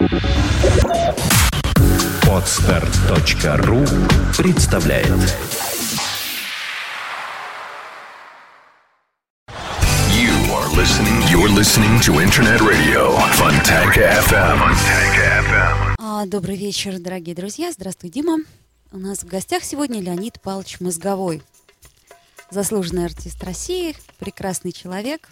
Podster.ru представляет. You're listening to Internet Radio Fontanka FM. Добрый вечер, дорогие друзья. Здравствуй, Дима. У нас в гостях сегодня Леонид Павлович Мозговой. Заслуженный артист России, прекрасный человек.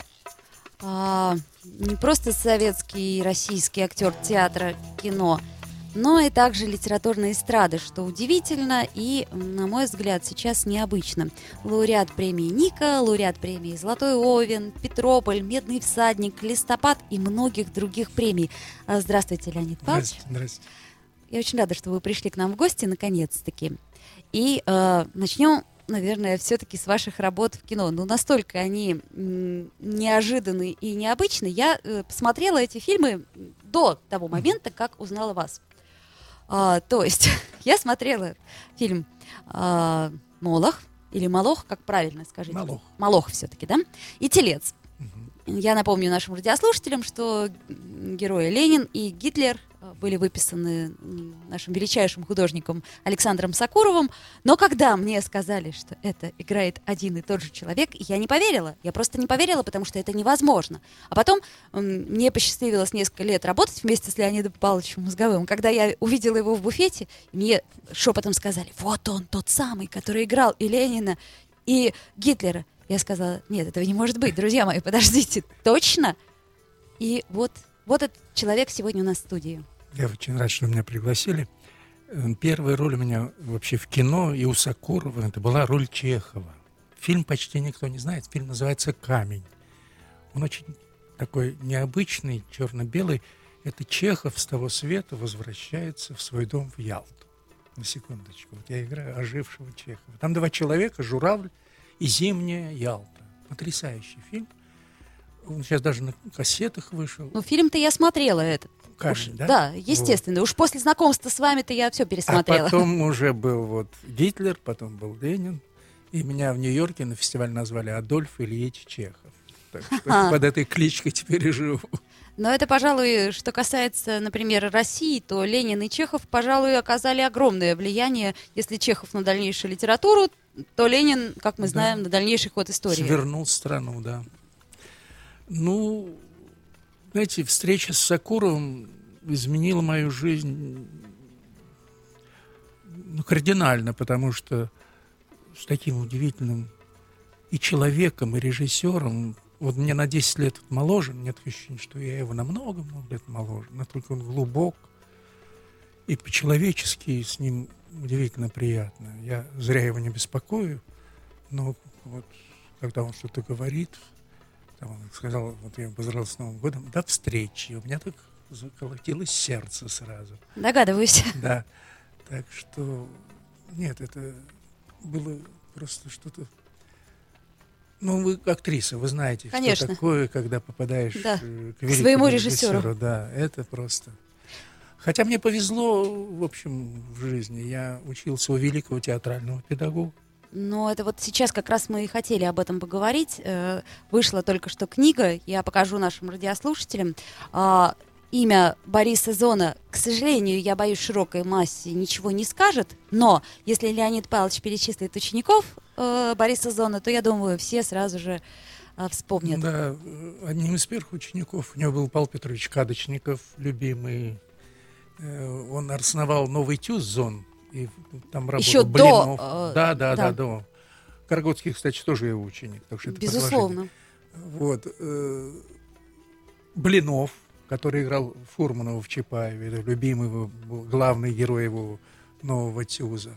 Не просто советский и российский актер театра, кино, но и также литературной эстрады, что удивительно и, на мой взгляд, сейчас необычно. Лауреат премии Ника, лауреат премии Золотой Овен, Петрополь, Медный всадник, Листопад и многих других премий. Здравствуйте, Леонид Павлович. Здравствуйте. Я очень рада, что вы пришли к нам в гости, наконец-таки. И начнем, наверное, все-таки с ваших работ в кино. Ну, настолько они неожиданны и необычны. Я посмотрела эти фильмы до того момента, как узнала вас. То есть я смотрела фильм «Молох», или «Молох», как правильно скажите? «Молох». «Молох» все-таки, да? И «Телец». Я напомню нашим радиослушателям, что герои Ленин и Гитлер были выписаны нашим величайшим художником Александром Сокуровым. Но когда мне сказали, что это играет один и тот же человек, я не поверила. Я просто не поверила, потому что это невозможно. А потом мне посчастливилось несколько лет работать вместе с Леонидом Павловичем Мозговым. Когда я увидела его в буфете, мне шепотом сказали: вот он, тот самый, который играл и Ленина, и Гитлера. Я сказала: нет, этого не может быть, друзья мои, подождите, точно? И вот этот человек сегодня у нас в студии. Я очень рад, что меня пригласили. Первая роль у меня вообще в кино и у Сокурова, это была роль Чехова. Фильм почти никто не знает, фильм называется «Камень». Он очень такой необычный, черно-белый. Это Чехов с того света возвращается в свой дом в Ялту. На секундочку, вот я играю ожившего Чехова. Там два человека, журавль и зимняя Ялта. Потрясающий фильм. Он сейчас даже на кассетах вышел. Ну, фильм-то я смотрела этот. Камень, да? Да, естественно. Вот. Уж после знакомства с вами-то я все пересмотрела. А потом уже был вот Гитлер, потом был Ленин. И меня в Нью-Йорке на фестиваль назвали Адольф Ильич Чехов. Так что под этой кличкой теперь и живу. Но это, пожалуй, что касается, например, России, то Ленин и Чехов, пожалуй, оказали огромное влияние. Если Чехов на дальнейшую литературу, то Ленин, как мы знаем, на дальнейший ход истории. Свернул страну, да. Ну, знаете, встреча с Сокуровым изменила мою жизнь кардинально, потому что с таким удивительным и человеком, и режиссером, вот мне на 10 лет моложе, нет ощущения, что я его на много-много лет моложе, насколько он глубок и по-человечески с ним удивительно приятно. Я зря его не беспокою, но вот когда он что-то говорит, там он сказал, вот я поздравил с Новым годом, до встречи. У меня так заколотилось сердце сразу. Догадываюсь. Да, так что, нет, это было просто что-то... Ну, вы актриса, вы знаете, конечно, что такое, когда попадаешь к великому своему режиссеру. Да, это просто... Хотя мне повезло, в общем, в жизни. Я учился у великого театрального педагога. Ну, это вот сейчас как раз мы и хотели об этом поговорить. Вышла только что книга, я покажу нашим радиослушателям. Имя Бориса Зона, к сожалению, я боюсь, широкой массе ничего не скажет, но если Леонид Павлович перечислит учеников Бориса Зона, то, я думаю, все сразу же вспомнят. Да, одним из первых учеников у него был Павел Петрович Кадочников, любимый. Он основал новый ТЮЗ «Зон», и там работал еще Блинов. Да, до. Карагодский, кстати, тоже его ученик. Так что это безусловно. Вот. Блинов, который играл Фурманова в Чапаеве, это любимый его, главный герой его нового ТЮЗа.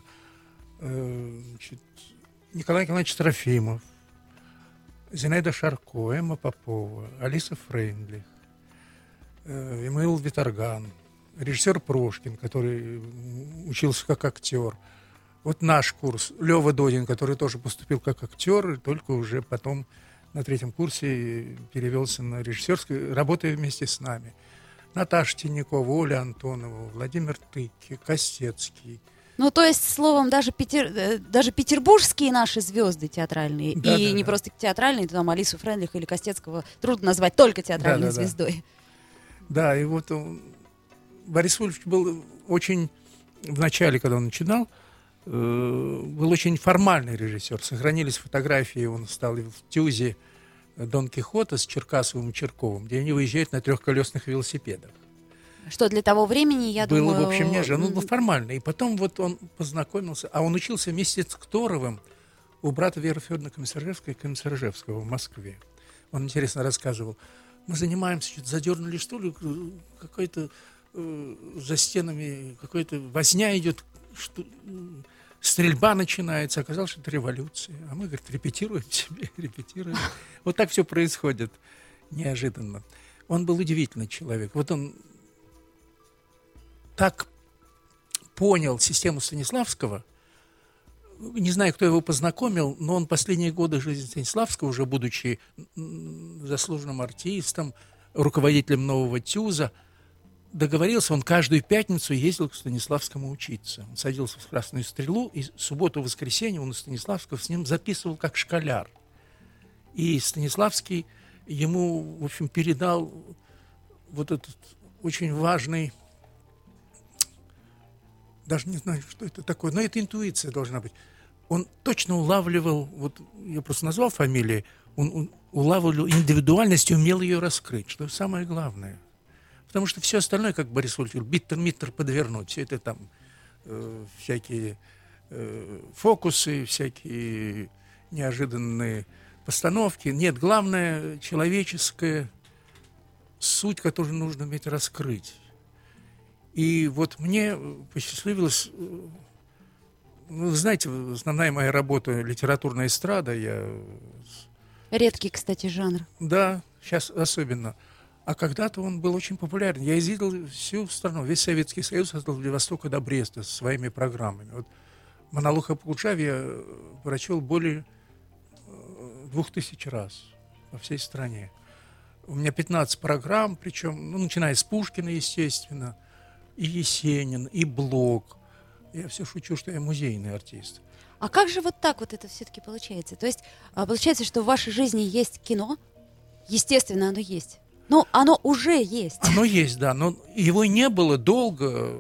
Николай Николаевич Трофимов, Зинаида Шарко, Эмма Попова, Алиса Фрейндлих, Эммануил Виторган, режиссер Прошкин, который учился как актер. Вот наш курс. Лёва Додин, который тоже поступил как актер, только уже потом на 3-м курсе перевелся на режиссерский, работая вместе с нами. Наташа Тинякова, Оля Антонова, Владимир Тыкки, Костецкий. Ну, то есть, словом, даже петербургские наши звезды театральные, не просто театральные, там Алису Фрейндлих или Костецкого трудно назвать только театральной звездой. Да, и вот он Борис Ульфович был очень, в начале, когда он начинал, был очень формальный режиссер. Сохранились фотографии, он стал в Тюзе Дон Кихота с Черкасовым и Черковым, где они выезжают на трехколесных велосипедах. Что для того времени, я было, думаю... в общем, неожиданно. Он был формальный. И потом вот он познакомился, а он учился вместе с Кторовым у брата Веры Федоровны Комиссаржевского в Москве. Он интересно рассказывал. Мы занимаемся, что-то задернули, что ли, какой-то за стенами какой-то возня идет, стрельба начинается. Оказалось, что это революция. А мы, говорит, репетируем себе, репетируем. Вот так все происходит неожиданно. Он был удивительный человек. Вот он так понял систему Станиславского. Не знаю, кто его познакомил, но он последние годы жизни Станиславского, уже будучи заслуженным артистом, руководителем нового ТЮЗа, договорился, он каждую пятницу ездил к Станиславскому учиться. Он садился в «Красную стрелу», и субботу-воскресенье он у Станиславского с ним записывал как школяр. И Станиславский ему, в общем, передал вот этот очень важный, даже не знаю, что это такое, но это интуиция должна быть. Он точно улавливал, вот я просто назвал фамилии, он улавливал индивидуальность и умел ее раскрыть, что самое главное. Потому что все остальное, как Борис Ульфович, биттер-миттер подвернуть, все это там всякие фокусы, всякие неожиданные постановки. Нет, главное человеческая суть, которую нужно уметь раскрыть. И вот мне посчастливилось, вы знаете, основная моя работа — литературная эстрада. Редкий, кстати, жанр. Да, сейчас особенно. А когда-то он был очень популярен. Я ездил всю страну, весь Советский Союз, от Владивостока до Бреста со своими программами. Вот монолог о Пугачеве я прочел более 2000 раз по всей стране. У меня 15 программ, причем, начиная с Пушкина, естественно, и Есенин, и Блок. Я все шучу, что я музейный артист. А как же вот так вот это все-таки получается? То есть получается, что в вашей жизни есть кино? Естественно, оно есть. Ну, оно уже есть. Оно есть, да, но его не было долго.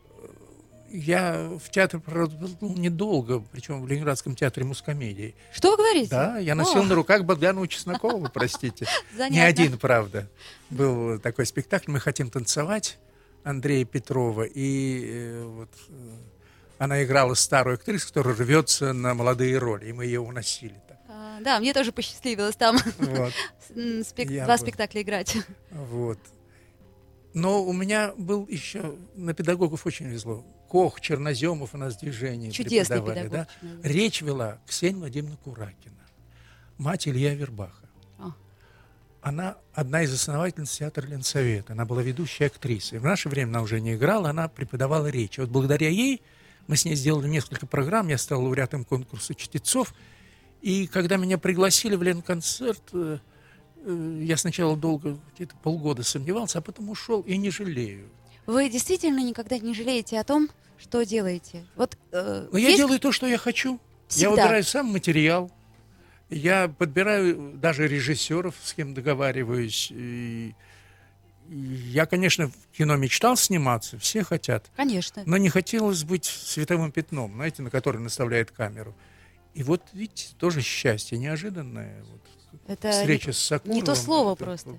Я в театре проработал недолго, причем в Ленинградском театре мускомедии. Что вы говорите? Да, я носил на руках Богдана Чеснокова, простите. Не один, правда. Был такой спектакль «Мы хотим танцевать» Андрея Петрова, и вот она играла старую актрису, которая рвется на молодые роли, и мы ее уносили. Да, мне тоже посчастливилось там вот. Два спектакля играть. Вот. Но у меня был еще, на педагогов очень везло. Кох, Черноземов у нас движение. Чудесный педагог. Да? Речь вела Ксения Владимировна Куракина, мать Илья Вербаха. Она одна из основательниц театра Ленсовета. Она была ведущей актрисой. В наше время она уже не играла, она преподавала речь. Вот благодаря ей мы с ней сделали несколько программ. Я стал лауреатом конкурса чтецов. И когда меня пригласили в Ленконцерт, я сначала долго, где-то полгода сомневался, а потом ушел и не жалею. Вы действительно никогда не жалеете о том, что делаете? Вот, я делаю то, что я хочу. Всегда. Я выбираю сам материал. Я подбираю даже режиссеров, с кем договариваюсь. И я, конечно, в кино мечтал сниматься, все хотят. Конечно. Но не хотелось быть световым пятном, знаете, на который наставляет камеру. И вот, видите, тоже счастье неожиданное. Вот, это встреча с Сокуровым. Не то слово просто.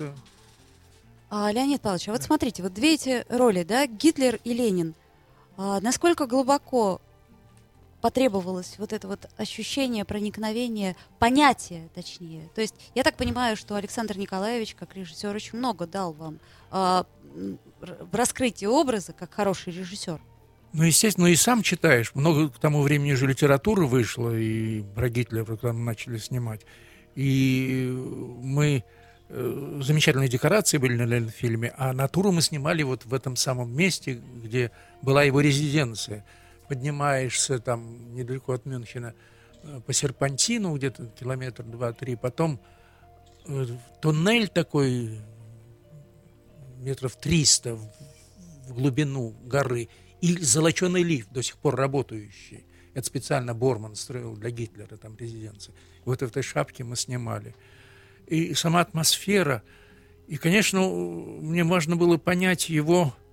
Леонид Павлович, а вот смотрите, вот две эти роли, да, Гитлер и Ленин. Насколько глубоко потребовалось вот это вот ощущение проникновения, понятие, точнее. То есть я так понимаю, что Александр Николаевич, как режиссер, очень много дал вам в раскрытии образа, как хороший режиссер. Ну, естественно, и сам читаешь. Много к тому времени же литературы вышло, и про Гитлера, когда мы начали снимать. И мы... замечательные декорации были на Ленфильме, а натуру мы снимали вот в этом самом месте, где была его резиденция. Поднимаешься там недалеко от Мюнхена по серпантину, где-то километр, 2-3, потом туннель такой метров 300 в глубину горы, и золоченый лифт, до сих пор работающий. Это специально Борман строил для Гитлера, там резиденция. Вот в этой шапке мы снимали. И сама атмосфера. И, конечно, мне важно было понять его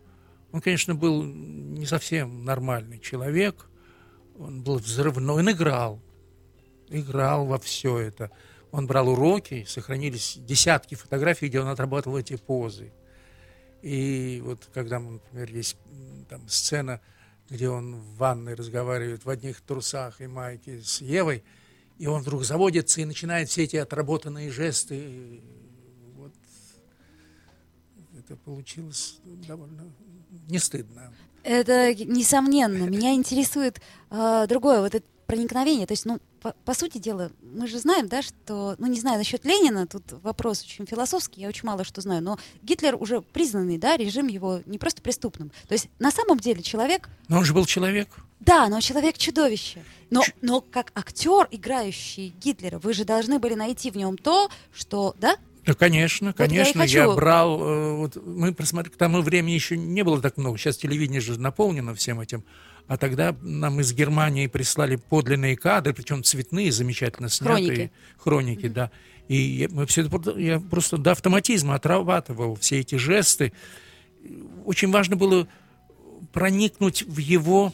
Он, конечно, был не совсем нормальный человек. Он был взрывной. Он играл во все это. Он брал уроки, сохранились десятки фотографий, где он отрабатывал эти позы. И вот когда, например, есть там сцена, где он в ванной разговаривает в одних трусах и майке с Евой, и он вдруг заводится и начинает все эти отработанные жесты. И вот это получилось довольно не стыдно. Это несомненно. Меня интересует другое, вот это проникновение. То есть, по сути дела, мы же знаем, да, что, не знаю насчет Ленина, тут вопрос очень философский, я очень мало что знаю, но Гитлер уже признанный, да, режим его не просто преступным. То есть, на самом деле, человек... Но он же был человек. Да, но человек-чудовище. Но как актер, играющий Гитлера, вы же должны были найти в нем то, что, да? Да, конечно, Вот конечно. я Я брал... мы просмотрели, к тому времени еще не было так много. Сейчас телевидение же наполнено всем этим. А тогда нам из Германии прислали подлинные кадры, причем цветные, замечательно снятые. Хроники, да. И я просто до автоматизма отрабатывал все эти жесты. Очень важно было проникнуть в его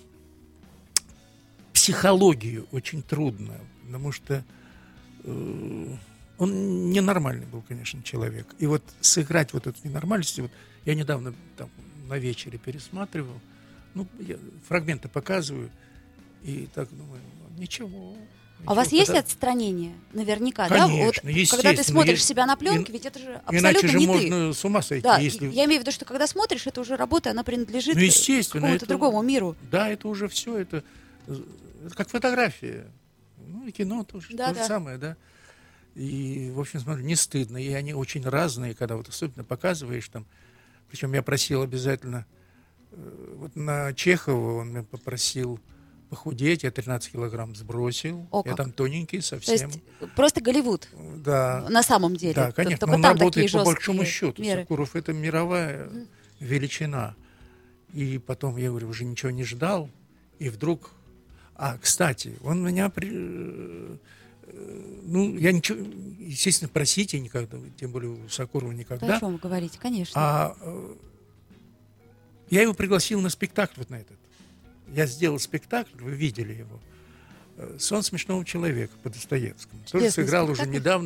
психологию. Очень трудно, потому что он ненормальный был, конечно, человек. И вот сыграть вот эту ненормальность, вот я недавно там на вечере пересматривал, я фрагменты показываю, и так думаю, ничего. А у вас есть отстранение? Наверняка, конечно, да? Вот, когда ты смотришь себя на пленке, ведь это же абсолютно иначе же не можно ты. с ума сойти. Да, если... я имею в виду, что когда смотришь, это уже работа, она принадлежит какому-то другому миру. Да, это уже все, это как фотография. И кино тоже, то же самое, да. И, в общем, смотрю, не стыдно. И они очень разные, когда вот особенно показываешь там. Причем я просил обязательно, вот на Чехова он меня попросил похудеть, я 13 килограмм сбросил. Я там тоненький совсем. То есть просто Голливуд. Да. На самом деле. Да, конечно. Только он там работает такие по большому счету. меры. Сакуров — это мировая величина. И потом я говорю, уже ничего не ждал. И вдруг... кстати, он меня... я ничего, естественно, просить я никогда, тем более у Сакурова никогда. О чем вы говорите, конечно. Я его пригласил на спектакль вот на этот. Я сделал спектакль, вы видели его. «Сон смешного человека» по Достоевскому. Тоже сыграл уже недавно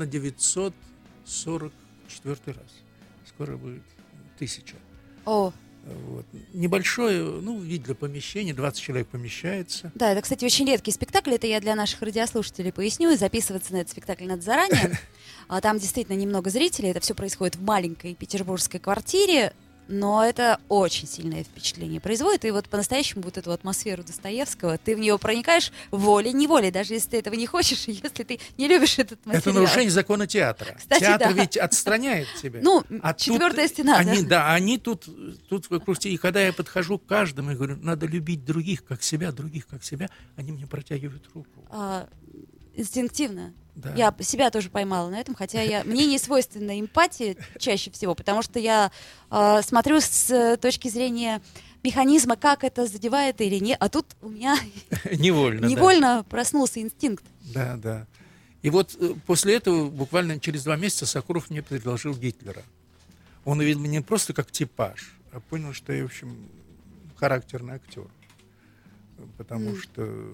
944 раз. Скоро будет 1000. О. Вот. Небольшое, вид для помещения, 20 человек помещается. Да, это, кстати, очень редкий спектакль, это я для наших радиослушателей поясню, и записываться на этот спектакль надо заранее. Там действительно немного зрителей, это все происходит в маленькой петербургской квартире, но это очень сильное впечатление производит, и вот по-настоящему вот эту атмосферу Достоевского, ты в нее проникаешь волей-неволей, даже если ты этого не хочешь, и если ты не любишь этот материал. Это нарушение закона театра. Кстати, театр ведь отстраняет тебя. Четвертая стена. Они тут и когда я подхожу к каждому и говорю, надо любить других как себя, они мне протягивают руку. Инстинктивно. Да. Я себя тоже поймала на этом, хотя мне не свойственна эмпатия чаще всего, потому что я смотрю с точки зрения механизма, как это задевает или нет, а тут у меня невольно проснулся инстинкт. Да. И вот после этого, буквально через 2 месяца, Сакуров мне предложил Гитлера. Он увидел меня не просто как типаж, а понял, что я, в общем, характерный актер. Потому что...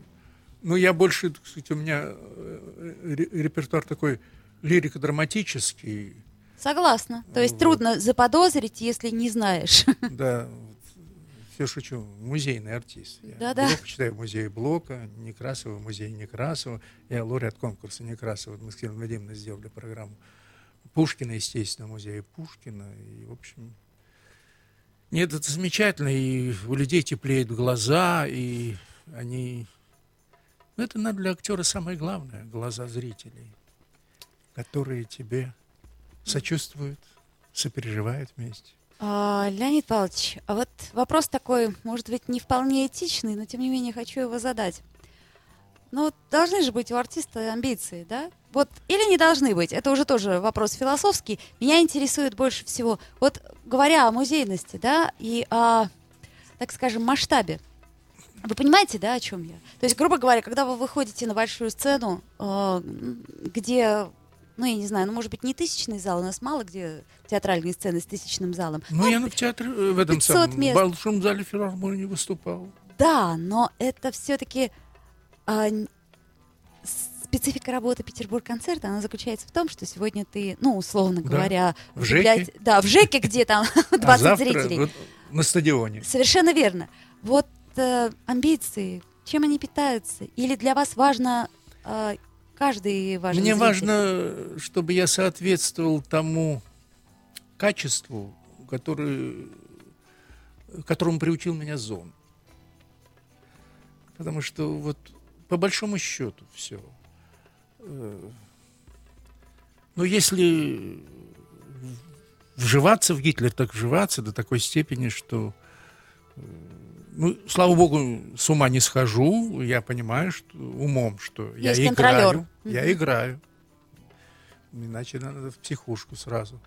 я больше, кстати, у меня репертуар такой лирико-драматический. Согласна. То есть трудно заподозрить, если не знаешь. Да. Все шучу. Музейный артист. Я Блока читаю в музее Блока, Некрасова в музее Некрасова. Я лауреат конкурса Некрасова. Мы с Кириллом Владимировной сделали программу. Пушкина, естественно, в музее Пушкина. И, в общем... Нет, это замечательно. И у людей теплеют глаза, и они... это, наверное, для актера самое главное, глаза зрителей, которые тебе сочувствуют, сопереживают вместе. Леонид Павлович, а вот вопрос такой, может быть, не вполне этичный, но тем не менее хочу его задать. Должны же быть у артиста амбиции, да? Вот, или не должны быть, это уже тоже вопрос философский. Меня интересует больше всего, вот говоря о музейности, да, и о, так скажем, масштабе. Вы понимаете, да, о чем я? То есть, грубо говоря, когда вы выходите на большую сцену, где ну, я не знаю, ну, может быть, не тысячный зал, у нас мало где театральные сцены с тысячным залом. Ну, я в театре, в этом 500 самом, мест. в Большом зале филармонии выступал. Да, но это все-таки специфика работы Петербург-концерта, она заключается в том, что сегодня ты, ну, условно Да, говоря, в ЖЭКе. Да, в ЖЭКе, где там 20 А завтра зрителей. вот на стадионе. Совершенно верно. Вот амбиции, чем они питаются? Или для вас важно каждый важный Мне зритель? важно, чтобы я соответствовал тому качеству, которому приучил меня Зон. Потому что вот по большому счету все. Но если вживаться в Гитлер, так вживаться до такой степени, что, ну, слава богу, с ума не схожу, я понимаю, что умом, что я Есть контролер. я играю. Иначе надо в психушку сразу.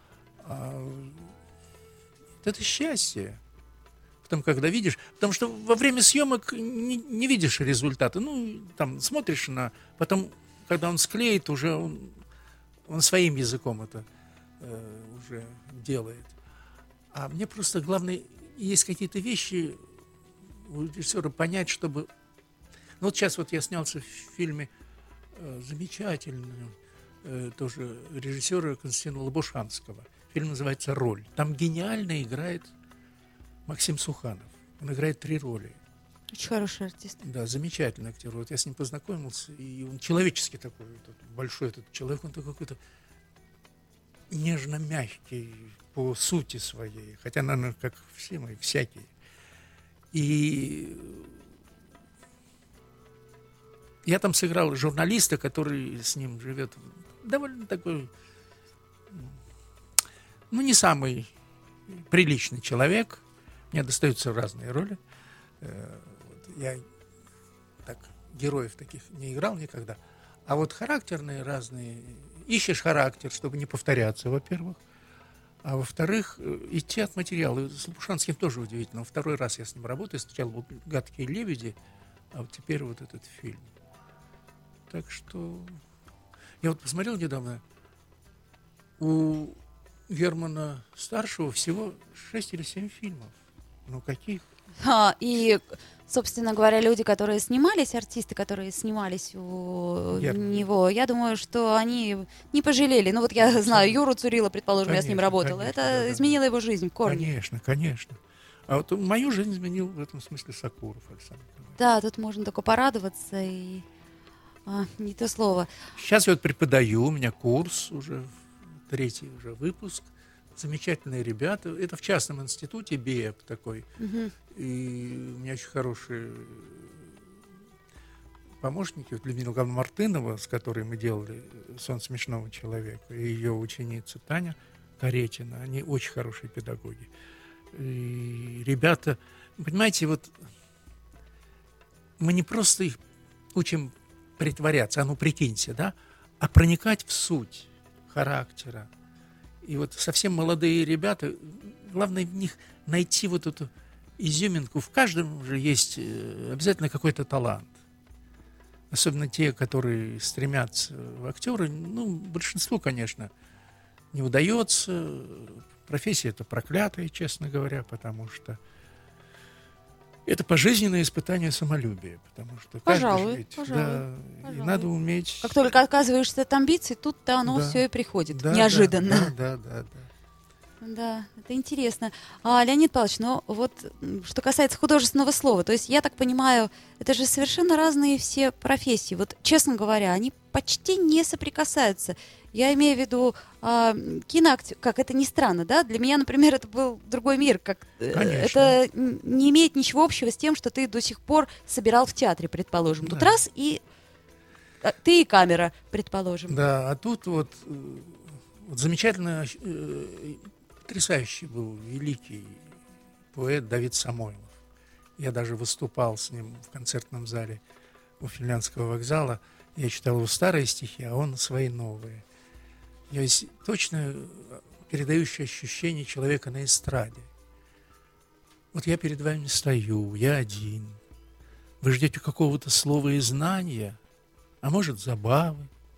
Это счастье. Потом, когда видишь, потому что во время съемок не видишь результата. Ну, там смотришь потом, когда он склеит, уже он своим языком это уже делает. А мне просто главное, есть какие-то вещи у режиссера понять, чтобы... Ну, вот сейчас вот я снялся в фильме замечательном, тоже режиссера Константина Лобушанского. Фильм называется «Роль». Там гениально играет Максим Суханов. Он играет 3 роли. Очень хороший артист. Да, замечательный актер. Вот я с ним познакомился, и он человеческий такой, большой этот человек, он такой какой-то нежно-мягкий по сути своей, хотя, наверное, как все мы, всякие. И я там сыграл журналиста, который с ним живет, довольно такой, ну, не самый приличный человек. Мне достаются разные роли. Я так героев таких не играл никогда. А вот характерные разные. Ищешь характер, чтобы не повторяться, во-первых. А во-вторых, идти от материала. С Лопушанским тоже удивительно. Второй раз я с ним работаю. Сначала был «Гадкие лебеди», а вот теперь вот этот фильм. Так что... Я вот посмотрел недавно. У Германа Старшего всего 6 или 7 фильмов. Ну, каких? И, собственно говоря, люди, которые снимались, артисты, которые снимались у него, я думаю, что они не пожалели. Ну, вот я знаю Юру Цурила, предположим, я с ним работала. Конечно, Это да, изменило его жизнь в корне. Конечно, конечно. А вот мою жизнь изменил в этом смысле Сакуров Александр Николаевич. Да, тут можно только порадоваться и... не то слово. Сейчас я вот преподаю, у меня курс уже, 3-й уже выпуск. Замечательные ребята. Это в частном институте, БИЭП такой. Угу. И у меня очень хорошие помощники. Вот Людмила Гавриловна Мартынова, с которой мы делали «Сон смешного человека», и ее ученица Таня Каретина. Они очень хорошие педагоги. И ребята, понимаете, вот мы не просто их учим притворяться, ну прикиньте, да, а проникать в суть характера. И вот совсем молодые ребята, главное в них найти вот эту изюминку. В каждом же есть обязательно какой-то талант. Особенно те, которые стремятся в актеры. Ну, большинству, конечно, не удается. Профессия эта проклятая, честно говоря, потому что это пожизненное испытание самолюбия. Потому что Пожалуй. Да, и надо уметь... Как только отказываешься от амбиций, тут-то оно все и приходит. Неожиданно. Да. Да, это интересно. Леонид Павлович, ну вот что касается художественного слова, то есть я так понимаю, это же совершенно разные все профессии. Вот, честно говоря, они почти не соприкасаются. Я имею в виду киноактер, как это ни странно, да? Для меня, например, это был другой мир. Это не имеет ничего общего с тем, что ты до сих пор собирал в театре, предположим. Тут раз и ты и камера, предположим. Да, а тут вот замечательно, потрясающий был великий поэт Давид Самойлов. Я даже выступал с ним в концертном зале у Финляндского вокзала. Я читал его старые стихи, а он свои новые. Есть точно передающее ощущение человека на эстраде. Вот я перед вами стою, я один. Вы ждете какого-то слова и знания, а может, забавы,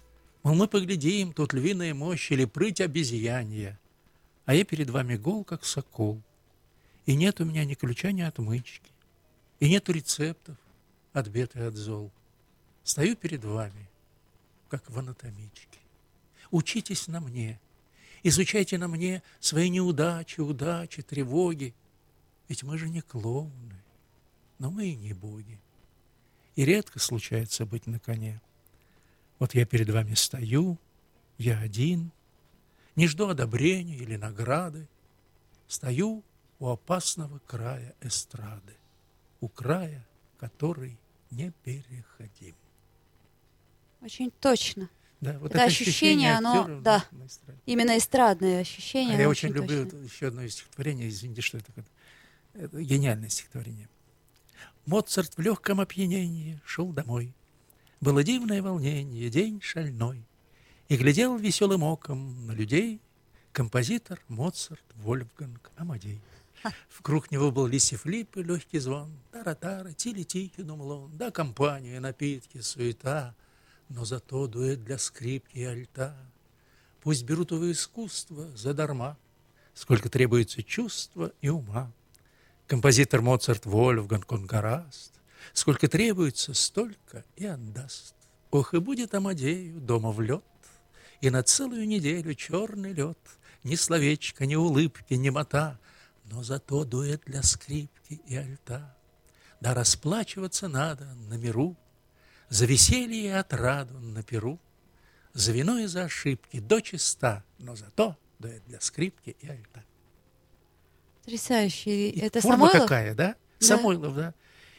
Мол, мы поглядим, тут львиная мощь или прыть обезьянья, а я перед вами гол, как сокол. И нет у меня ни ключа, ни отмычки, и нету рецептов от бед и от зол. Стою перед вами, как в анатомичке. Учитесь на мне, изучайте на мне свои неудачи, удачи, тревоги. Ведь мы же не клоуны, но мы и не боги. И редко случается быть на коне. Вот я перед вами стою, я один, не жду одобрения или награды. Стою у опасного края эстрады, у края, который непереходим. Очень точно. Да, вот это ощущение, оно, актера, да, именно эстрадное ощущение. Я очень люблю точно. еще одно из стихотворений, извините, что это гениальное стихотворение. Моцарт в легком опьянении шел домой. Было дивное волнение, день шальной, и глядел веселым оком на людей композитор Моцарт Вольфганг Амадей. Вкруг него был листьев липы, легкий звон, тара-тара, тили-тики, думал он, да компания, напитки, суета, но зато дуэт для скрипки и альта. Пусть берут его искусство задарма, сколько требуется чувства и ума. Композитор Моцарт Вольфганг, он гораст, сколько требуется, столько и отдаст. Ох, и будет Амадею дома в лед, и на целую неделю черный лед, ни словечка, ни улыбки, ни мота, но зато дуэт для скрипки и альта. Да расплачиваться надо на миру, за веселье и отраду на перу, за вино и за ошибки до чиста, но зато дуэт для скрипки и альта. Потрясающе. И это форма Самойлов? какая, да? Да. Самойлов, да.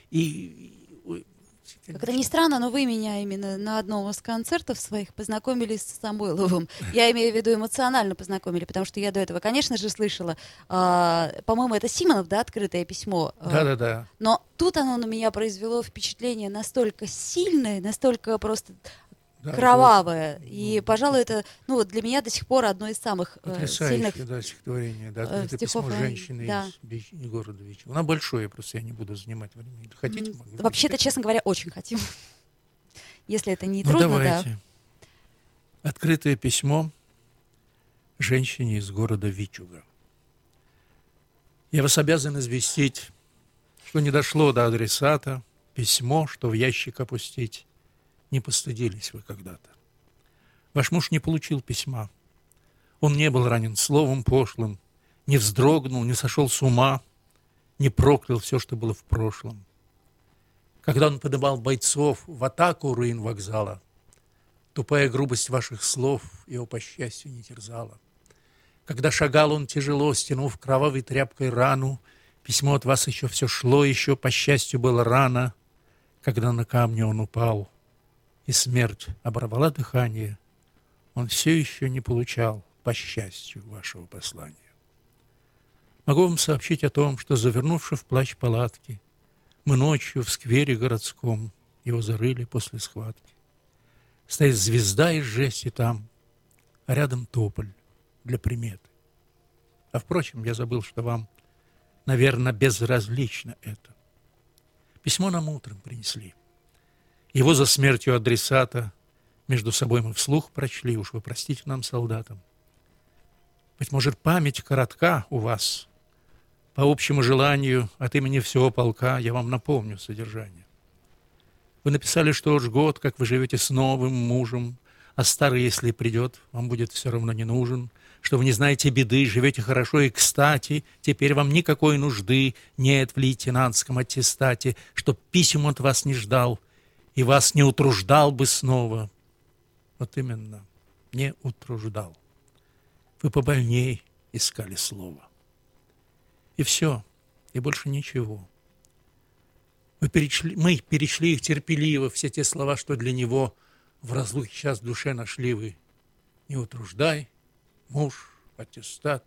Как это ни странно, но вы меня именно на одном из концертов своих познакомили с Самойловым. Я имею в виду эмоционально познакомили, потому что я до этого, конечно же, слышала, по-моему, это Симонов, да, «Открытое письмо». Да. Но тут оно на меня произвело впечатление настолько сильное, настолько просто кровавое. И, пожалуй, это, ну, вот для меня до сих пор одно из самых сильных стихотворение, да, «Открытое письмо женщины из города Вичи». Оно большое, просто я не буду занимать время. Хотите? Вообще-то, честно говоря, очень хотим. Если это не трудно, давайте. Да. «Открытое письмо женщине из города Вичуга. Я вас обязан известить, что не дошло до адресата письмо, что в ящик опустить. Не постыдились вы когда-то. Ваш муж не получил письма. Он не был ранен словом пошлым, не вздрогнул, не сошел с ума, не проклял все, что было в прошлом. Когда он подымал бойцов в атаку у руин вокзала, тупая грубость ваших слов его, по счастью, не терзала. Когда шагал он тяжело, стянув кровавой тряпкой рану, письмо от вас еще все шло, еще, по счастью, было рано. Когда на камне он упал, и смерть оборвала дыхание, он все еще не получал, по счастью, вашего послания. Могу вам сообщить о том, что, завернувши в плащ палатки, мы ночью в сквере городском его зарыли после схватки. Стоит звезда из жести там, а рядом тополь для приметы. А, впрочем, я забыл, что вам, наверное, безразлично это. Письмо нам утром принесли. Его за смертью адресата между собой мы вслух прочли, уж вы простите нам, солдатам. Быть может, память коротка у вас. По общему желанию от имени всего полка я вам напомню содержание. Вы написали, что уж год, как вы живете с новым мужем, а старый, если придет, вам будет все равно не нужен, что вы не знаете беды, живете хорошо и кстати, теперь вам никакой нужды нет в лейтенантском аттестате, чтоб писем от вас не ждал, и вас не утруждал бы снова. Вот именно, не утруждал. Вы побольней искали слово. И все, и больше ничего. Мы перечли их терпеливо, все те слова, что для него в разлуке час в душе нашли вы. Не утруждай, муж, аттестат.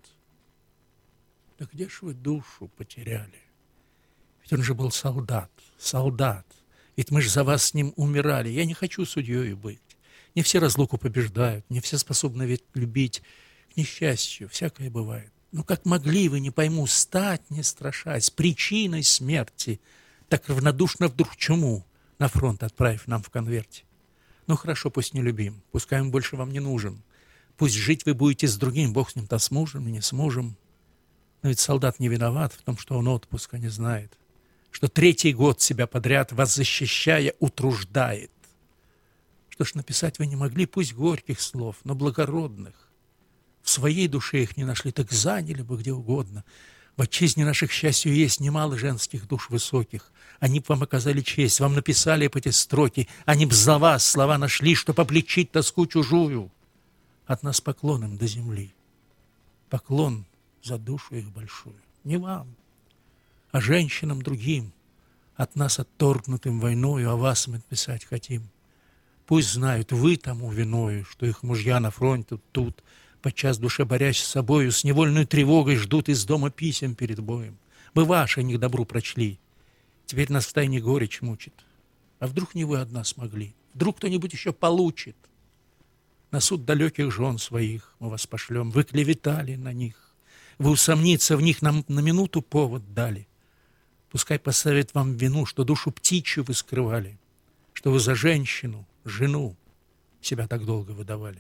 Да где ж вы душу потеряли? Ведь он же был солдат. Ведь мы же за вас с ним умирали. Я не хочу судьей быть. Не все разлуку побеждают, не все способны ведь любить. К несчастью, всякое бывает. Но как могли вы, не пойму, стать, не страшась, причиной смерти, так равнодушно вдруг чему на фронт отправив нам в конверте? Ну хорошо, пусть не любим, пускай он больше вам не нужен. Пусть жить вы будете с другим, Бог с ним-то с мужем и не с мужем. Но ведь солдат не виноват в том, что он отпуска не знает, что 3-й год себя подряд, вас защищая, утруждает. Что ж, написать вы не могли, пусть горьких слов, но благородных. В своей душе их не нашли, так заняли бы где угодно. В отчизне наших, к счастью, есть немало женских душ высоких. Они б вам оказали честь, вам написали б эти строки, они б за вас слова нашли, чтоб облегчить тоску чужую. От нас поклон им до земли. Поклон за душу их большую. Не вам, а женщинам другим, от нас отторгнутым войною, о вас мы писать хотим. Пусть знают, вы тому виною, что их мужья на фронте тут, подчас душе борясь с собою, с невольной тревогой ждут из дома писем перед боем. Мы ваши не к добру прочли, теперь нас втайне горечь мучит. А вдруг не вы одна смогли? Вдруг кто-нибудь еще получит? На суд далеких жен своих мы вас пошлем. Вы клеветали на них, вы усомниться в них нам на минуту повод дали. Пускай поставят вам вину, что душу птичью вы скрывали, что вы за женщину, жену себя так долго выдавали.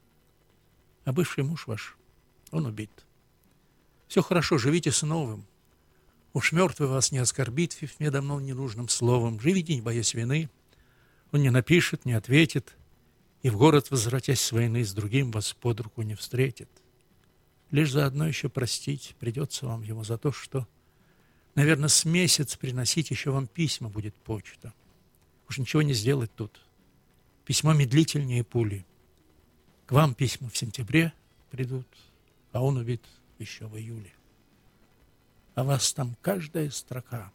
А бывший муж ваш, он убит. Все хорошо, живите с новым. Уж мертвый вас не оскорбит мне давно ненужным словом. Живите, не боясь вины. Он не напишет, не ответит, и в город, возвратясь с войны, с другим вас под руку не встретит. Лишь заодно еще простить придется вам его за то, что, наверное, с месяц приносить еще вам письма будет почта. Уж ничего не сделать тут. Письмо медлительнее пули. К вам письма в сентябре придут, а он убит еще в июле. А вас там каждая строка.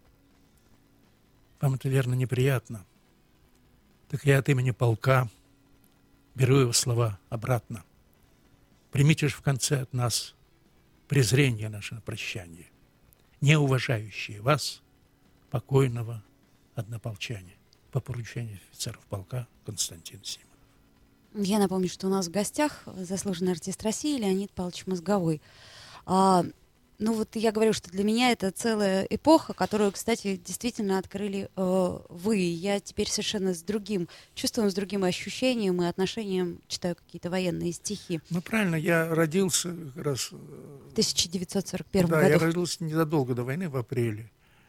Вам это, верно, неприятно. Так я от имени полка беру его слова обратно. Примите же в конце от нас презрение наше на прощание, не уважающие вас, покойного однополчане, по поручению офицеров полка Константин Симонов. Я напомню, что у нас в гостях заслуженный артист России Леонид Павлович Мозговой. Ну вот я говорю, что для меня это целая эпоха, которую, кстати, действительно открыли вы. Я теперь совершенно с другим чувством, с другим ощущением и отношением читаю какие-то военные стихи. Ну правильно, я родился как раз... В 1941 году. Да, я родился незадолго до войны, в апреле.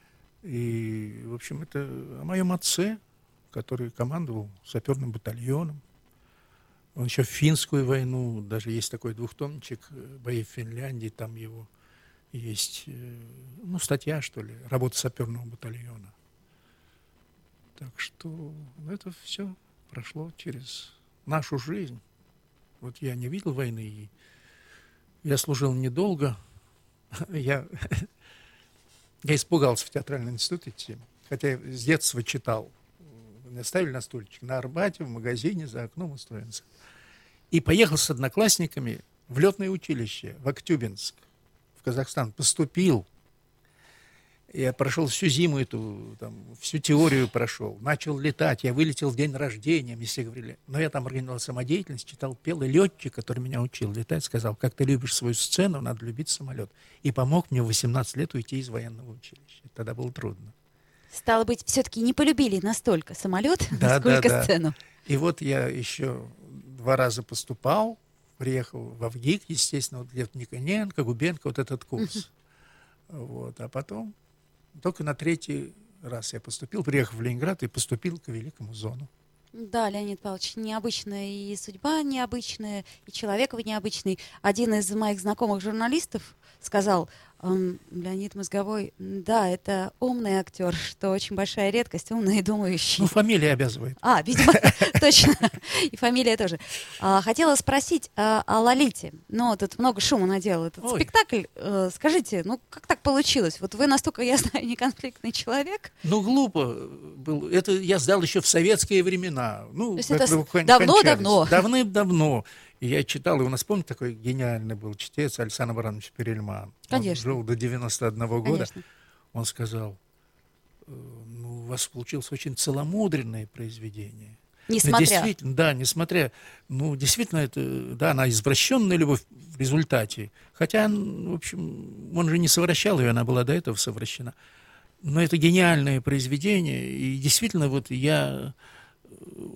И, в общем, это о моем отце, который командовал саперным батальоном. Он еще в финскую войну, даже есть такой двухтомничек «Бои в Финляндии», там его есть, ну, статья, что ли, работа саперного батальона. Так что это все прошло через нашу жизнь. Вот я не видел войны, и я служил недолго. Я испугался в театральный институт идти, хотя я с детства читал. Меня ставили на стульчик на Арбате, в магазине, за окном устроен. И поехал с одноклассниками в летное училище, в Актюбинск, в Казахстан. Поступил. Я прошел всю зиму эту, там, всю теорию прошел. Начал летать. Я вылетел в день рождения, мне все говорили. Но я там организовал самодеятельность, читал, пел. И летчик, который меня учил летать, сказал: как ты любишь свою сцену, надо любить самолет. И помог мне в 18 лет уйти из военного училища. Тогда было трудно. Стало быть, все-таки не полюбили настолько самолет, насколько сцену. И вот я еще 2 раза поступал, приехал в ВГИК, естественно, вот Лев Никоненко, Губенко, вот этот курс. Вот. А потом только на 3-й раз я поступил, приехал в Ленинград и поступил к Великому Зону. Да, Леонид Павлович, необычная и судьба необычная, и человек вы необычный. Один из моих знакомых журналистов сказал: Леонид Мозговой, да, это умный актер, что очень большая редкость, умный и думающий. Ну, фамилия обязывает. Видимо, точно. И фамилия тоже. Хотела спросить о Лолите. Но тут много шума наделал этот спектакль. Скажите, ну как так получилось? Вот вы, настолько, я знаю, неконфликтный человек. Ну, глупо был. Это я сдал еще в советские времена. Ну, то есть это давно-давно. Давным-давно. И я читал, и у нас, помните, такой гениальный был чтец Александр Баранович Перельман. Конечно. Он жил до 91 года. Конечно. Он сказал: ну, у вас получилось очень целомудренное произведение. Несмотря. Действительно, да, несмотря. Ну, действительно, это, да, она извращенная любовь в результате. Хотя, в общем, он же не совращал ее, она была до этого совращена. Но это гениальное произведение. И действительно, вот я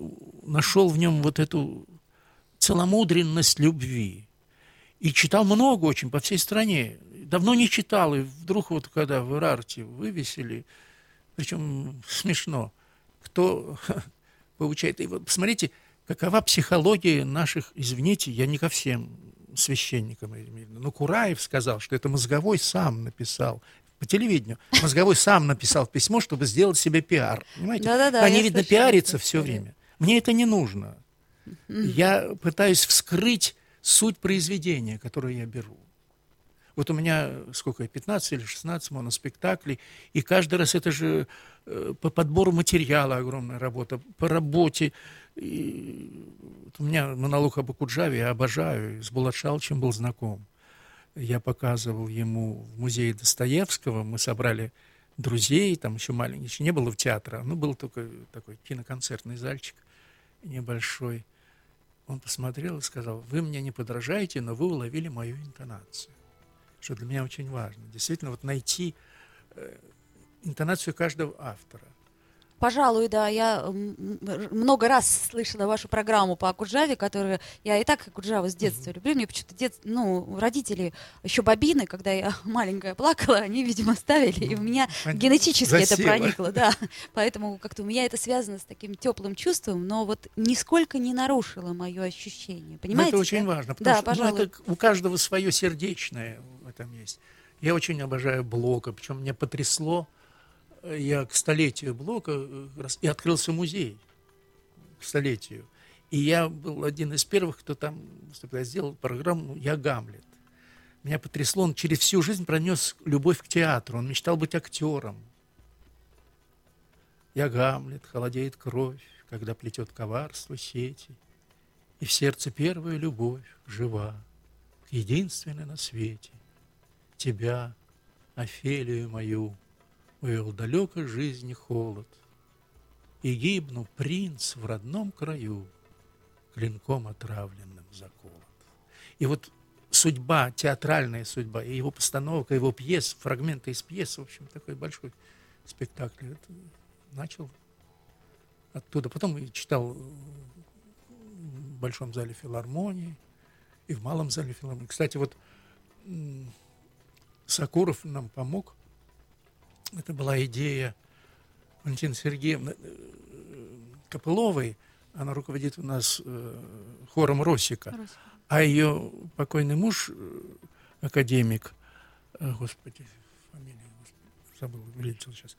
нашел в нем вот эту целомудренность любви. И читал много очень по всей стране. Давно не читал, и вдруг вот когда в Ирарте вывесили, причем смешно, кто получает. И вот посмотрите, какова психология наших, извините, я не ко всем священникам, но Кураев сказал, что это Мозговой сам написал по телевидению. Мозговой сам написал письмо, чтобы сделать себе пиар. Понимаете? Да-да-да, они, я видно, слышала пиарятся эту все историю. время. Мне это не нужно. Я пытаюсь вскрыть суть произведения, которое я беру. Вот у меня, сколько, 15 или 16 моноспектаклей, и каждый раз это же по подбору материала огромная работа, по работе. И вот у меня монолог об Окуджаве я обожаю, с Булат Шалчем был знаком. Я показывал ему в музее Достоевского, мы собрали друзей, там еще маленький, еще не было в театре, но был только такой киноконцертный зальчик небольшой. Он посмотрел и сказал: вы мне не подражаете, но вы уловили мою интонацию. Что для меня очень важно. Действительно, вот найти интонацию каждого автора. Пожалуй, да. Я много раз слышала вашу программу по Окуджаве, которую я и так Окуджаву с детства люблю. Мне почему-то родители еще бобины, когда я маленькая плакала, они, видимо, ставили, и у меня генетически это проникло. Да. Поэтому как-то у меня это связано с таким теплым чувством, но вот нисколько не нарушило мое ощущение. Понимаете? Но это очень важно, потому что это у каждого свое сердечное в этом есть. Я очень обожаю Блока, причем меня потрясло. Я к столетию Блока и открылся музей к столетию. И я был один из первых, кто там сделал программу «Я Гамлет». Меня потрясло, он через всю жизнь пронес любовь к театру, он мечтал быть актером. «Я Гамлет, холодеет кровь, когда плетет коварство сети, и в сердце первая любовь жива, к единственной на свете. Тебя, Офелию мою, увел далеко жизни холод, и гибну, принц, в родном краю, клинком отравленным заколот». И вот судьба, театральная судьба, и его постановка, его пьес, фрагменты из пьес, в общем, такой большой спектакль. Это начал оттуда. Потом я читал в Большом зале филармонии и в Малом зале филармонии. Кстати, вот Сакуров нам помог. Это была идея Валентины Сергеевны Копыловой. Она руководит у нас хором Росика. А ее покойный муж, академик, господи, фамилия, забыл, вылетел сейчас.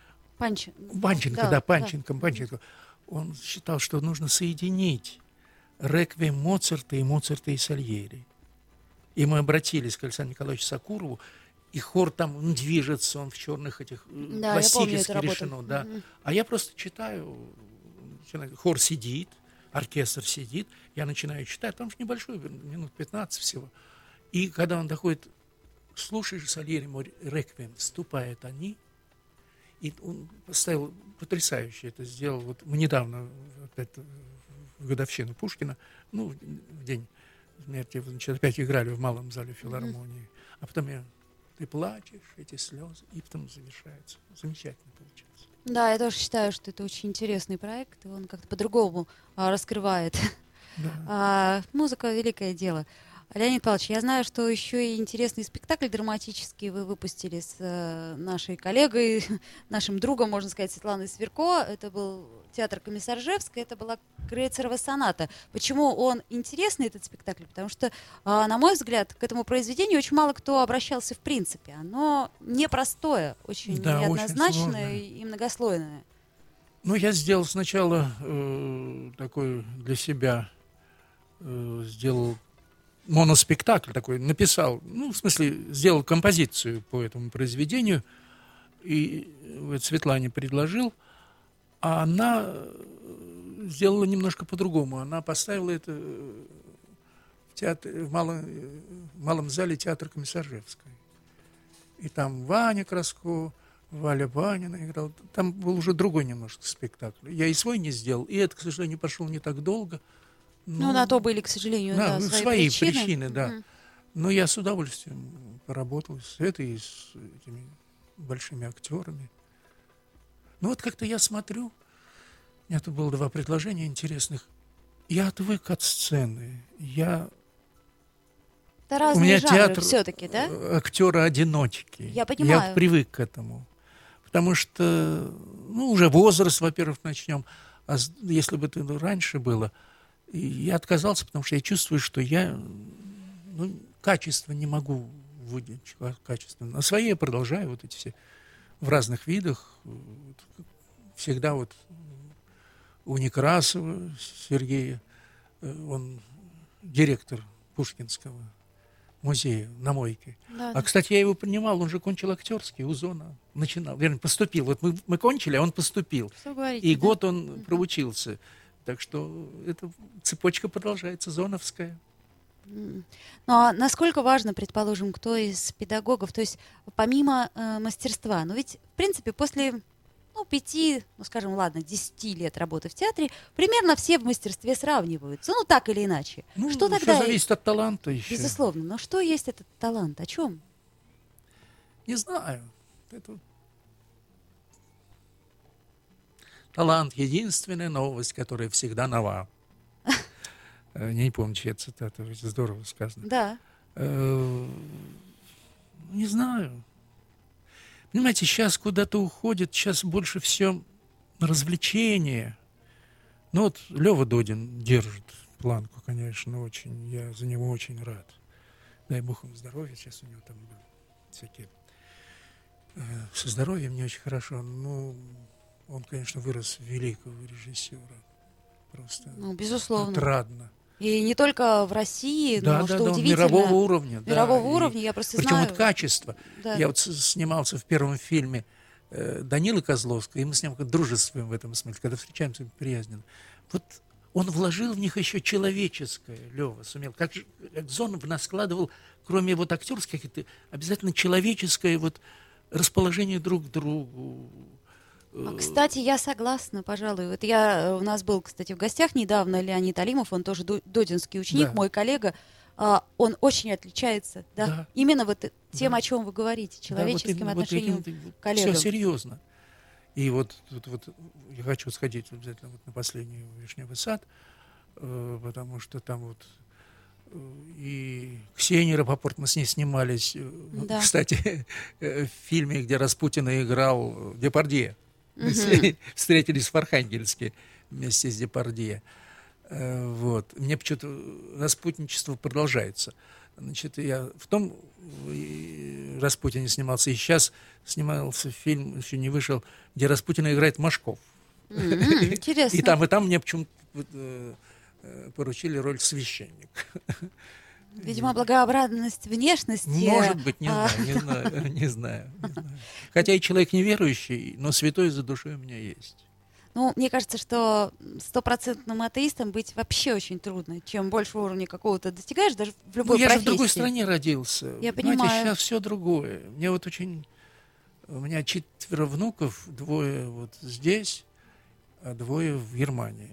Панченко. Он считал, что нужно соединить реквием Моцарта и Сальери. И мы обратились к Александру Николаевичу Сакурову, и хор там движется, он в черных этих классических решено. Да. А я просто читаю, хор сидит, оркестр сидит, я начинаю читать, там же небольшой, минут 15 всего. И когда он доходит, слушаешь Сальери мой реквием, вступают они, и он поставил потрясающе это сделал. Вот мы недавно, опять в годовщину Пушкина, в день смерти, значит, опять играли в Малом зале филармонии. А потом ты плачешь, эти слезы, и потом завершается. Замечательно получается. Да, я тоже считаю, что это очень интересный проект, и он как-то по-другому раскрывает. Да. Музыка — великое дело. Леонид Павлович, я знаю, что еще и интересный спектакль драматический вы выпустили с нашей коллегой, нашим другом, можно сказать, Светланой Сверко. Это был театр Комиссаржевской, это была Крейцерова соната. Почему он интересный, этот спектакль? Потому что, на мой взгляд, к этому произведению очень мало кто обращался в принципе. Оно непростое, очень неоднозначное и многослойное. Я сделал сначала такой для себя, сделал моноспектакль такой, написал, сделал композицию по этому произведению, и Светлане предложил, а она сделала немножко по-другому. Она поставила это в театре, в малом зале театра Комиссаржевской. И там Ваня Краско, Валя Банина играл. Там был уже другой немножко спектакль. Я и свой не сделал, и это, к сожалению, пошло не так долго. На то были, к сожалению, свои причины, да. Но я с удовольствием поработал с этой и с этими большими актерами. Как-то я смотрю, У меня тут было 2 предложения интересных. Я отвык от сцены. Это У разные меня жанры театр все-таки, да? актера-одиночки. Я понимаю. Я привык к этому. Потому что, уже возраст, во-первых, начнем. А если бы это раньше было, и я отказался, потому что я чувствую, что я качество не могу выделить. Качественно. На своей я продолжаю вот эти все в разных видах. Всегда вот у Некрасова Сергея, он директор Пушкинского музея на Мойке. Да. Кстати, я его принимал, он же кончил актерский, у Зона начинал, вернее, поступил. Вот мы кончили, а он поступил. Что говорите, И да? год он проучился. Так что эта цепочка продолжается, зоновская. Ну, а насколько важно, предположим, кто из педагогов, то есть помимо мастерства, но ведь, в принципе, после 5, скажем, ладно, 10 лет работы в театре, примерно все в мастерстве сравниваются, так или иначе. Что тогда? Все зависит от таланта еще. Безусловно, но что есть этот талант? О чем? Не знаю. Это талант — единственная новость, которая всегда нова. Не помню, чья цитата, здорово сказано. Да. Не знаю. Понимаете, сейчас куда-то уходит, сейчас больше все на развлечения. Лёва Додин держит планку, конечно, очень. Я за него очень рад. Дай Бог ему здоровья, сейчас у него там всякие... Со здоровьем не очень хорошо. Он, конечно, вырос в великого режиссера. Просто безусловно. отрадно. И не только в России, но, что удивительно... мирового уровня. Мирового уровня, я просто причем знаю... вот качество. Да. Я вот снимался в первом фильме Данилы Козловского, и мы с ним дружествуем в этом смысле, когда встречаемся приязненно. Вот он вложил в них еще человеческое, Лёва сумел. Как Зонов в нас складывал, кроме вот актерских, это обязательно человеческое вот расположение друг к другу. Кстати, я согласна, пожалуй. Вот у нас был, кстати, в гостях недавно Леонид Алимов, он тоже додинский ученик, Да. мой коллега. Он очень отличается, да? Именно вот тем, о чем вы говорите, человеческим отношением к коллегам. Все серьезно. И вот я хочу сходить обязательно на последний «Вишневый сад», потому что там и Ксения Рапопорт, мы с ней снимались, Да. кстати, в фильме, где Распутина играл Депардье. Мы встретились в Архангельске вместе с Депардье. Мне почему-то распутничество продолжается. Значит, я в том Распутине снимался, и сейчас снимался фильм, еще не вышел, где Распутина играет Машков. Интересно. И там мне почему-то поручили роль священника. Видимо, благообразность внешности. Может быть, не знаю. Хотя и человек неверующий, но святой за душой у меня есть. Мне кажется, что 100% атеистом быть вообще очень трудно. Чем больше уровня какого-то достигаешь, даже в любой профессии. Я же в другой стране родился. Я понимаете, понимаю. сейчас все другое. У меня 4 внуков, 2 здесь, а 2 в Германии.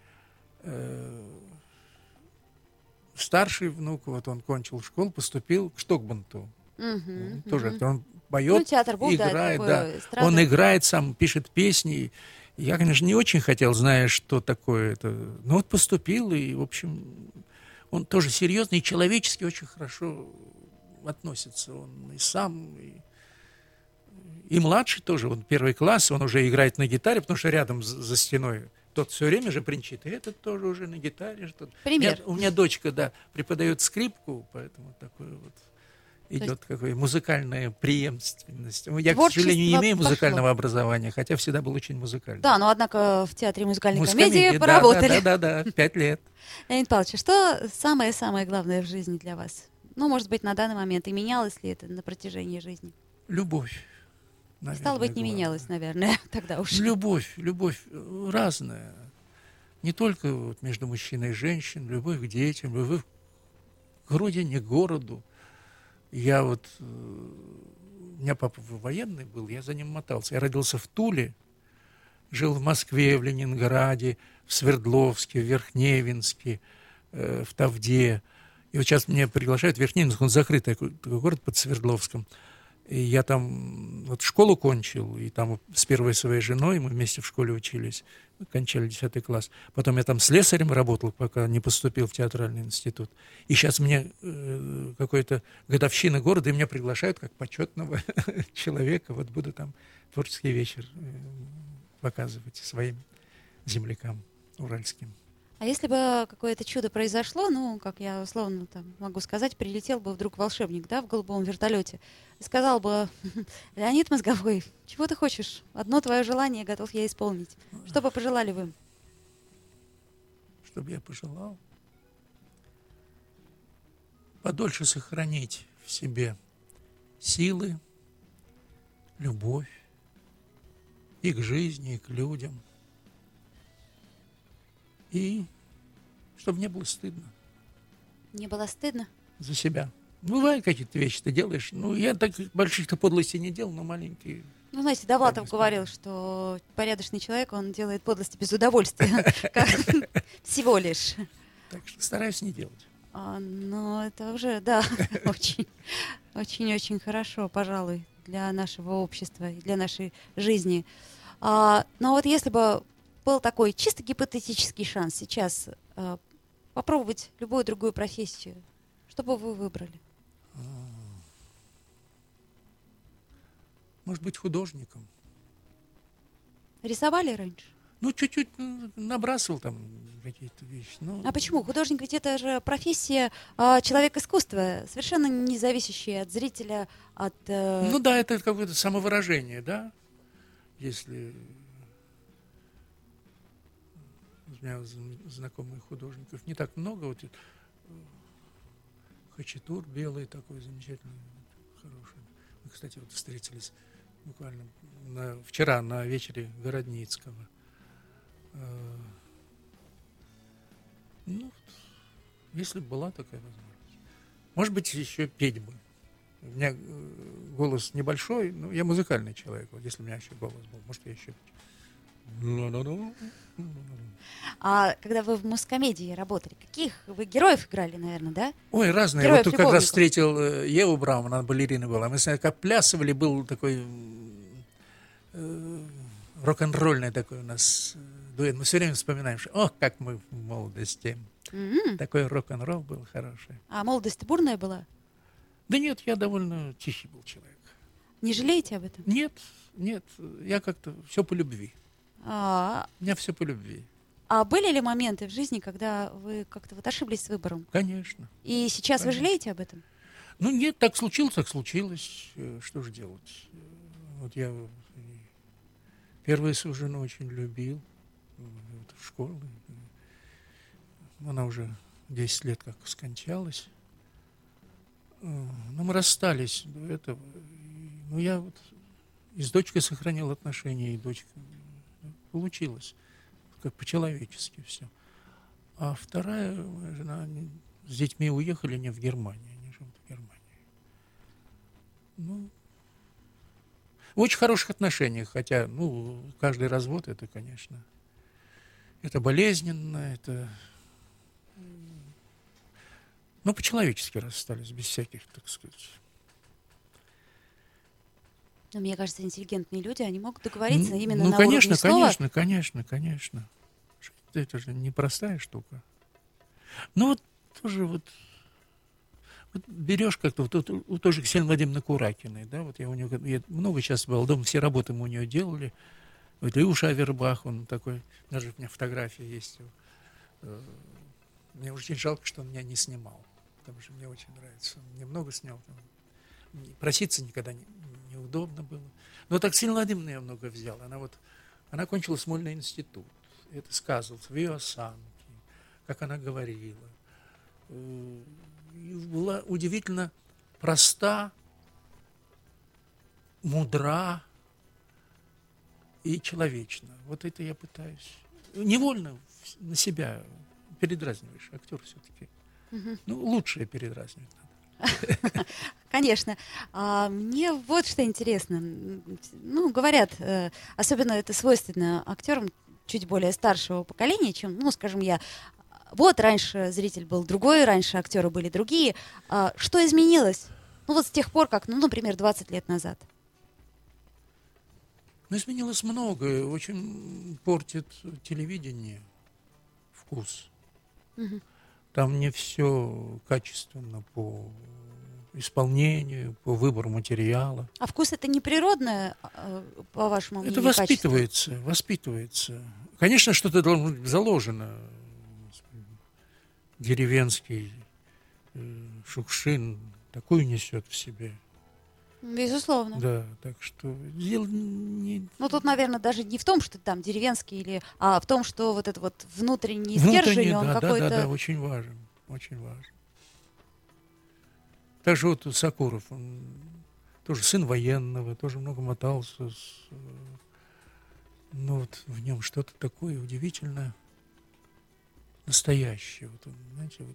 Старший внук, он кончил школу, поступил к Штокбанту. Тоже он поет, театр был, играет, эстрада. Он играет сам, пишет песни. Я, конечно, не очень хотел, зная, что такое это. Но поступил, и, в общем, он тоже серьезный и человечески очень хорошо относится. Он и сам, и младший тоже, он 1 класс, он уже играет на гитаре, потому что рядом за стеной тот все время же бренчит, и этот тоже уже на гитаре. Пример. У меня дочка, преподает скрипку, поэтому такой идет какая музыкальная преемственность. Я, к сожалению, не имею музыкального образования, хотя всегда был очень музыкальным. Да, но однако в театре музыкальной комедии поработали. Да, 5 лет. Леонид Павлович, что самое-самое главное в жизни для вас? Может быть, на данный момент, и менялось ли это на протяжении жизни? Любовь. Наверное, стало быть, не менялось, наверное, тогда уж. Любовь разная. Не только между мужчиной и женщиной, любовь к детям, любовь к родине, к городу. У меня папа военный был, я за ним мотался. Я родился в Туле, жил в Москве, в Ленинграде, в Свердловске, в Верхневинске, в Тавде. И сейчас меня приглашают в Верхневинск, он закрытый такой город под Свердловском. И я там вот школу кончил, и там с первой своей женой мы вместе в школе учились, кончали 10 класс. Потом я там слесарем работал, пока не поступил в театральный институт. И сейчас мне какой-то годовщина города, и меня приглашают как почетного человека. Вот буду там творческий вечер показывать своим землякам уральским. А если бы какое-то чудо произошло, ну, как я условно там могу сказать, прилетел бы вдруг волшебник, да, в голубом вертолете, и сказал бы: Леонид Мозговой, чего ты хочешь? Одно твое желание готов я исполнить. Что бы пожелали вы? Что бы я пожелал? Подольше сохранить в себе силы, любовь и к жизни, и к людям. И чтобы не было стыдно. Не было стыдно? За себя. Бывают какие-то вещи ты делаешь. Ну, я так больших-то подлостей не делал, но маленькие. Ну, знаете, Довлатов говорил, что порядочный человек, он делает подлости без удовольствия. Всего лишь. Так что стараюсь не делать. Ну, это уже, да, очень-очень хорошо, пожалуй, для нашего общества и для нашей жизни. Но вот если бы был такой чисто гипотетический шанс сейчас попробовать любую другую профессию, что бы вы выбрали? Может быть, художником. Рисовали раньше? Ну, чуть-чуть набрасывал там какие-то вещи. А почему? Художник ведь это же профессия человек искусства, совершенно не зависящая от зрителя, от... Ну да, это какое-то самовыражение, да? Если... У меня знакомых художников не так много. Вот Хачатур белый такой замечательный, хороший. Мы, кстати, вот встретились буквально вчера на вечере Городницкого. Ну, если бы была такая возможность. Может быть, еще петь бы. У меня голос небольшой, но я музыкальный человек. Вот если у меня еще голос был, может, я еще... А когда вы в Мускомедии работали, каких вы героев играли, наверное, да? Ой, разные. Героев вот тут как раз встретил Еву Браун, она балерина была. Мы с ней как плясывали, был такой рок-н-ролльный такой у нас дуэт. Мы все время вспоминаем, что ох, как мы в молодости. Такой рок-н-ролл был хороший. А молодость бурная была? Да нет, я довольно тихий был человек. Не жалеете об этом? Нет, я как-то все по любви. У меня все по любви. А были ли моменты в жизни, когда вы как-то вот ошиблись с выбором? Конечно. И сейчас вы жалеете об этом? Ну нет, так случилось, так случилось. Что же делать? Вот я первую свою жену очень любил. В школе. Она уже 10 лет как скончалась. Но мы расстались до этого. Ну я вот и с дочкой сохранил отношения, и дочка получилось. Как по-человечески все. А вторая моя жена, они с детьми уехали не в Германию, они живут в Германии. Ну, в очень хороших отношениях, хотя, ну, каждый развод, это, конечно, это болезненно, это... Ну, по-человечески расстались, без всяких, так сказать... Но мне кажется, интеллигентные люди, они могут договориться именно на уровне слова. Конечно. Это же непростая штука. Ну, вот тоже вот берешь как-то, вот у той же Ксении Владимировны Куракиной, да, вот я много сейчас был дома, все работы мы у нее делали. Вот Илюша Авербах, он такой, даже у меня фотография есть. Мне очень жалко, что он меня не снимал, потому что мне очень нравится. Он немного снял, там, проситься никогда неудобно было. Но так Ксения Владимировна я много взял. Она кончила Смольный институт. Это сказывалось в ее осанке, как она говорила. И была удивительно проста, мудра и человечна. Вот это я пытаюсь. Невольно на себя передразниваешь. Актер все-таки. Ну, лучшее передразнивать надо. Конечно. Мне вот что интересно. Ну, говорят, особенно это свойственно актерам чуть более старшего поколения, чем, ну, скажем, я. Вот раньше зритель был другой, раньше актеры были другие. Что изменилось Ну вот с тех пор, как, например, 20 лет назад. Ну, изменилось многое. Очень портит телевидение вкус. Мгм. Там не все качественно по исполнению, по выбору материала. А вкус это не природное, по вашему мнению, Это качество? воспитывается. Конечно, что-то должно быть заложено. Деревенский Шукшин такую несет в себе. Безусловно. Да, так что дело не... Ну, тут, наверное, даже не в том, что там деревенский, а в том, что вот этот вот внутренний стержень, он да, какой-то... да, очень важен, очень важен. Также вот Сакуров, он тоже сын военного, тоже много мотался. Но вот в нем что-то такое удивительно настоящее. Вот он, знаете, вот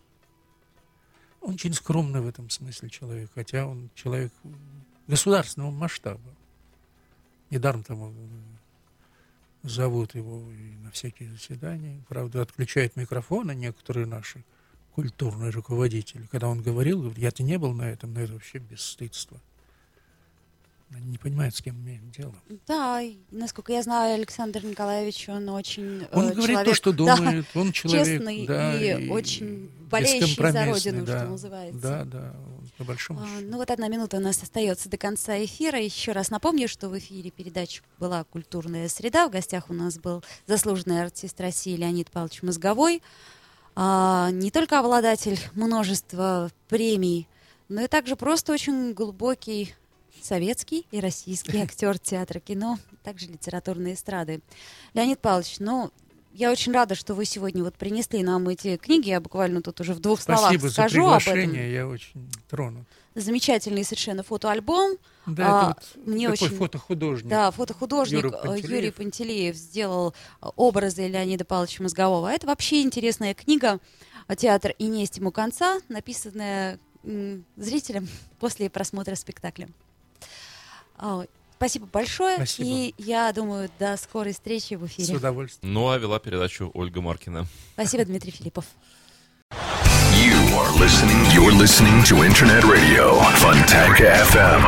он очень скромный в этом смысле человек, хотя он человек государственного масштаба. Недаром там зовут его и на всякие заседания. Правда, отключают микрофоны некоторые наши культурные руководители. Когда он говорил, я-то не был на этом, но это вообще бесстыдство. Они не понимают, с кем имеем дело. Да, и, насколько я знаю, Александр Николаевич, он очень Он говорит человек, то, что думает, да, он человек, честный, да, и очень болеющий за родину, да, что называется. Да, по большому счету. Ну вот 1 минута у нас остается до конца эфира. Еще раз напомню, что в эфире передача была «Культурная среда». В гостях у нас был заслуженный артист России Леонид Павлович Мозговой. Не только обладатель множества премий, но и также просто очень глубокий советский и российский актер театра, кино, также литературной эстрады. Леонид Павлович, я очень рада, что вы сегодня вот принесли нам эти книги. Я буквально тут уже в 2 словах Спасибо скажу за об этом. приглашение, я очень тронут. Замечательный совершенно фотоальбом. Да, это вот мне такой очень... фотохудожник. Да, фотохудожник Юрий Пантелеев сделал образы Леонида Павловича Мозгового. Это вообще интересная книга «Театр и несть ему конца», написанная зрителям после просмотра спектакля. Спасибо большое. Спасибо. И я думаю, до скорой встречи в эфире. С удовольствием. Ну, а вела передачу Ольга Маркина. Спасибо, Дмитрий Филиппов. You're listening to Internet Radio, Fontanka FM.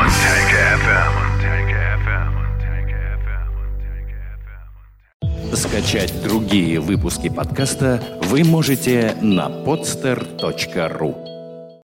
Скачать другие выпуски подкаста вы можете на podster.ru.